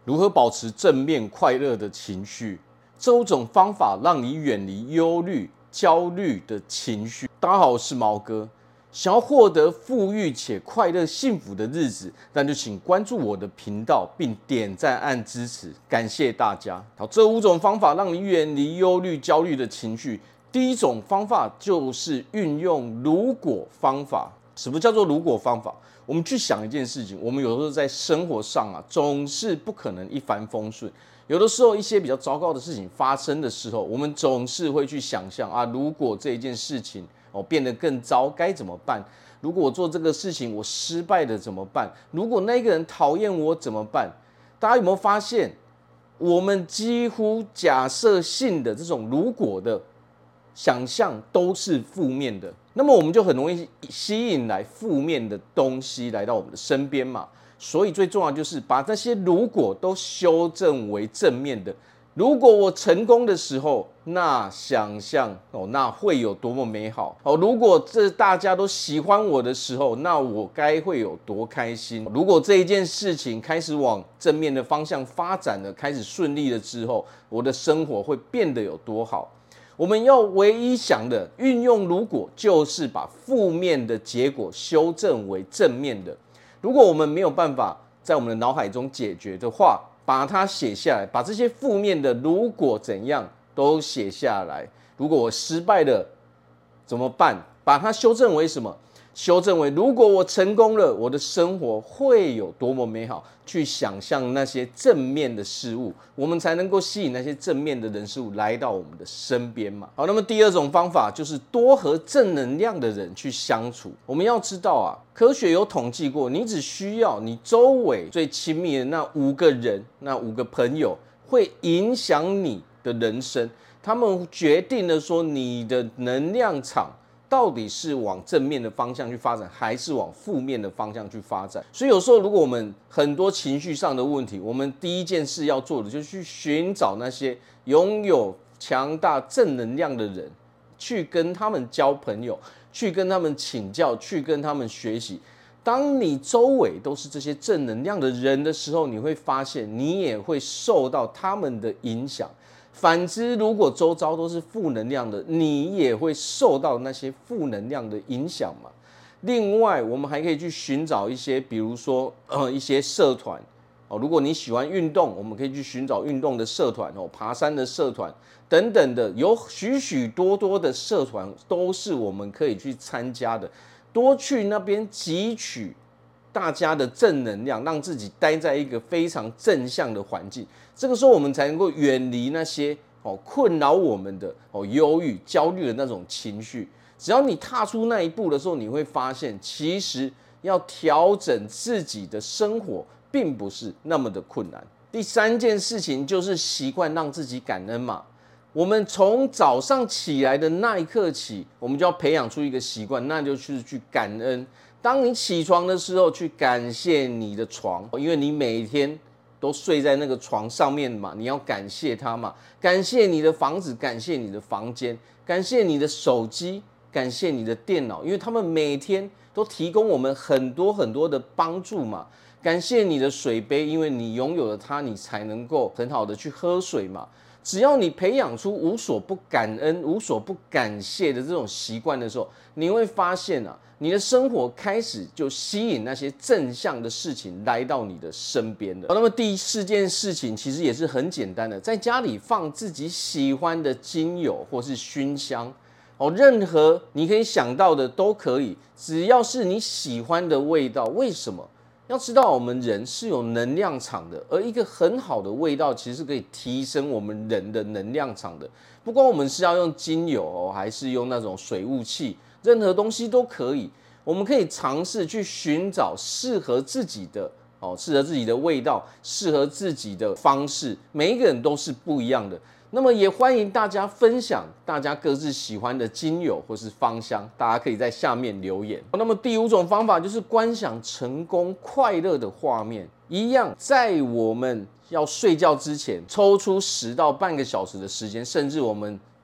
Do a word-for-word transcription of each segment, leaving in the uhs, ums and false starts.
如何保持正面快乐的情绪？这五种方法让你远离忧虑、焦虑的情绪。大家好，我是毛哥。想要获得富裕且快乐、幸福的日子，那就请关注我的频道，并点赞按支持，感谢大家。好，这五种方法让你远离忧虑、焦虑的情绪。第一种方法就是运用如果方法。什么叫做如果方法？我们去想一件事情，我们有时候在生活上啊，总是不可能一帆风顺。有的时候，一些比较糟糕的事情发生的时候，我们总是会去想象啊，如果这一件事情哦变得更糟，该怎么办？如果我做这个事情我失败了怎么办？如果那个人讨厌我怎么办？大家有没有发现，我们几乎假设性的这种如果的想象都是负面的，那么我们就很容易吸引来负面的东西来到我们的身边嘛。所以最重要就是把这些如果都修正为正面的。如果我成功的时候，那想象哦，那会有多么美好哦！如果这大家都喜欢我的时候，那我该会有多开心？如果这一件事情开始往正面的方向发展了，开始顺利了之后，我的生活会变得有多好？我们要唯一想的运用如果，就是把负面的结果修正为正面的。如果我们没有办法在我们的脑海中解决的话，把它写下来，把这些负面的如果怎样都写下来。如果我失败了怎么办？把它修正为什么？修正为如果我成功了，我的生活会有多么美好？去想象那些正面的事物，我们才能够吸引那些正面的人事物来到我们的身边嘛。好，那么第二种方法就是多和正能量的人去相处。我们要知道啊，科学有统计过，你只需要你周围最亲密的那五个人、那五个朋友，会影响你的人生。他们决定了说你的能量场到底是往正面的方向去发展，还是往负面的方向去发展？所以有时候，如果我们很多情绪上的问题，我们第一件事要做的就是去寻找那些拥有强大正能量的人，去跟他们交朋友，去跟他们请教，去跟他们学习。当你周围都是这些正能量的人的时候，你会发现你也会受到他们的影响。反之，如果周遭都是负能量的，你也会受到那些负能量的影响嘛。另外，我们还可以去寻找一些，比如说呃一些社团哦，如果你喜欢运动，我们可以去寻找运动的社团哦，爬山的社团等等的，有许许多多的社团都是我们可以去参加的，多去那边汲取大家的正能量，让自己待在一个非常正向的环境。这个时候，我们才能够远离那些哦困扰我们的哦忧郁、焦虑的那种情绪。只要你踏出那一步的时候，你会发现，其实要调整自己的生活，并不是那么的困难。第三件事情就是习惯让自己感恩嘛。我们从早上起来的那一刻起，我们就要培养出一个习惯，那就是去感恩。当你起床的时候，去感谢你的床，因为你每天都睡在那个床上面嘛，你要感谢它嘛。感谢你的房子，感谢你的房间，感谢你的手机，感谢你的电脑，因为他们每天都提供我们很多很多的帮助嘛。感谢你的水杯，因为你拥有了它，你才能够很好的去喝水嘛。只要你培养出无所不感恩、无所不感谢的这种习惯的时候，你会发现啊，你的生活开始就吸引那些正向的事情来到你的身边了。那么第四件事情其实也是很简单的，在家里放自己喜欢的精油或是熏香哦，任何你可以想到的都可以，只要是你喜欢的味道。为什么？要知道我们人是有能量场的，而一个很好的味道其实是可以提升我们人的能量场的。不管我们是要用精油哦，还是用那种水雾器，任何东西都可以。我们可以尝试去寻找适合自己的哦，适合自己的味道，适合自己的方式。每一个人都是不一样的。那么也欢迎大家分享大家各自喜欢的精油或是芳香，大家可以在下面留言。那么第五种方法就是观想成功快乐的画面，一样在我们要睡觉之前抽出十到半个小时的时间，甚至我们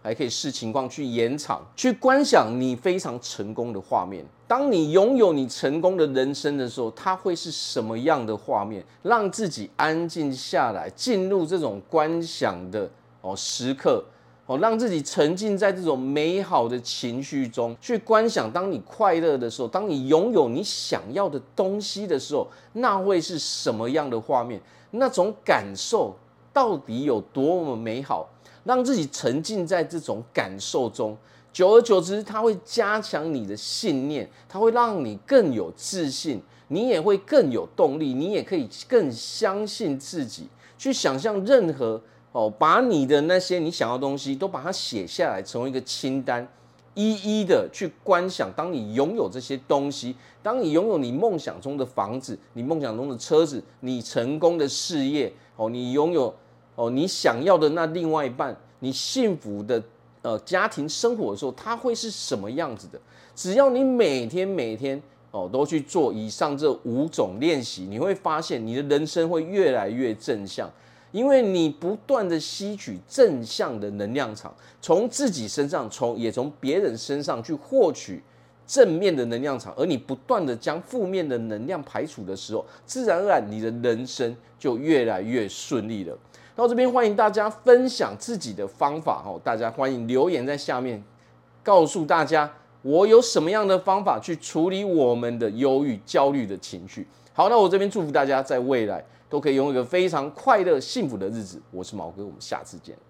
还可以视情况去延长，去观想你非常成功的画面。当你拥有你成功的人生的时候，它会是什么样的画面？让自己安静下来，进入这种观想的哦时刻。哦，让自己沉浸在这种美好的情绪中，去观想，当你快乐的时候，当你拥有你想要的东西的时候，那会是什么样的画面？那种感受到底有多么美好？让自己沉浸在这种感受中，久而久之，它会加强你的信念，它会让你更有自信，你也会更有动力，你也可以更相信自己，去想象任何。哦，把你的那些你想要的东西都把它写下来，成为一个清单，一一的去观想。当你拥有这些东西，当你拥有你梦想中的房子、你梦想中的车子、你成功的事业，哦，你拥有哦你想要的那另外一半，你幸福的呃家庭生活的时候，它会是什么样子的？只要你每天每天哦都去做以上这五种练习，你会发现你的人生会越来越正向。因为你不断的吸取正向的能量场，从自己身上，从也从别人身上去获取正面的能量场，而你不断的将负面的能量排除的时候，自然而然你的人生就越来越顺利了。到这边欢迎大家分享自己的方法哦，大家欢迎留言在下面告诉大家我有什么样的方法去处理我们的忧郁、焦虑的情绪。好，那我这边祝福大家在未来都可以拥有一个非常快乐、幸福的日子。我是毛哥，我们下次见。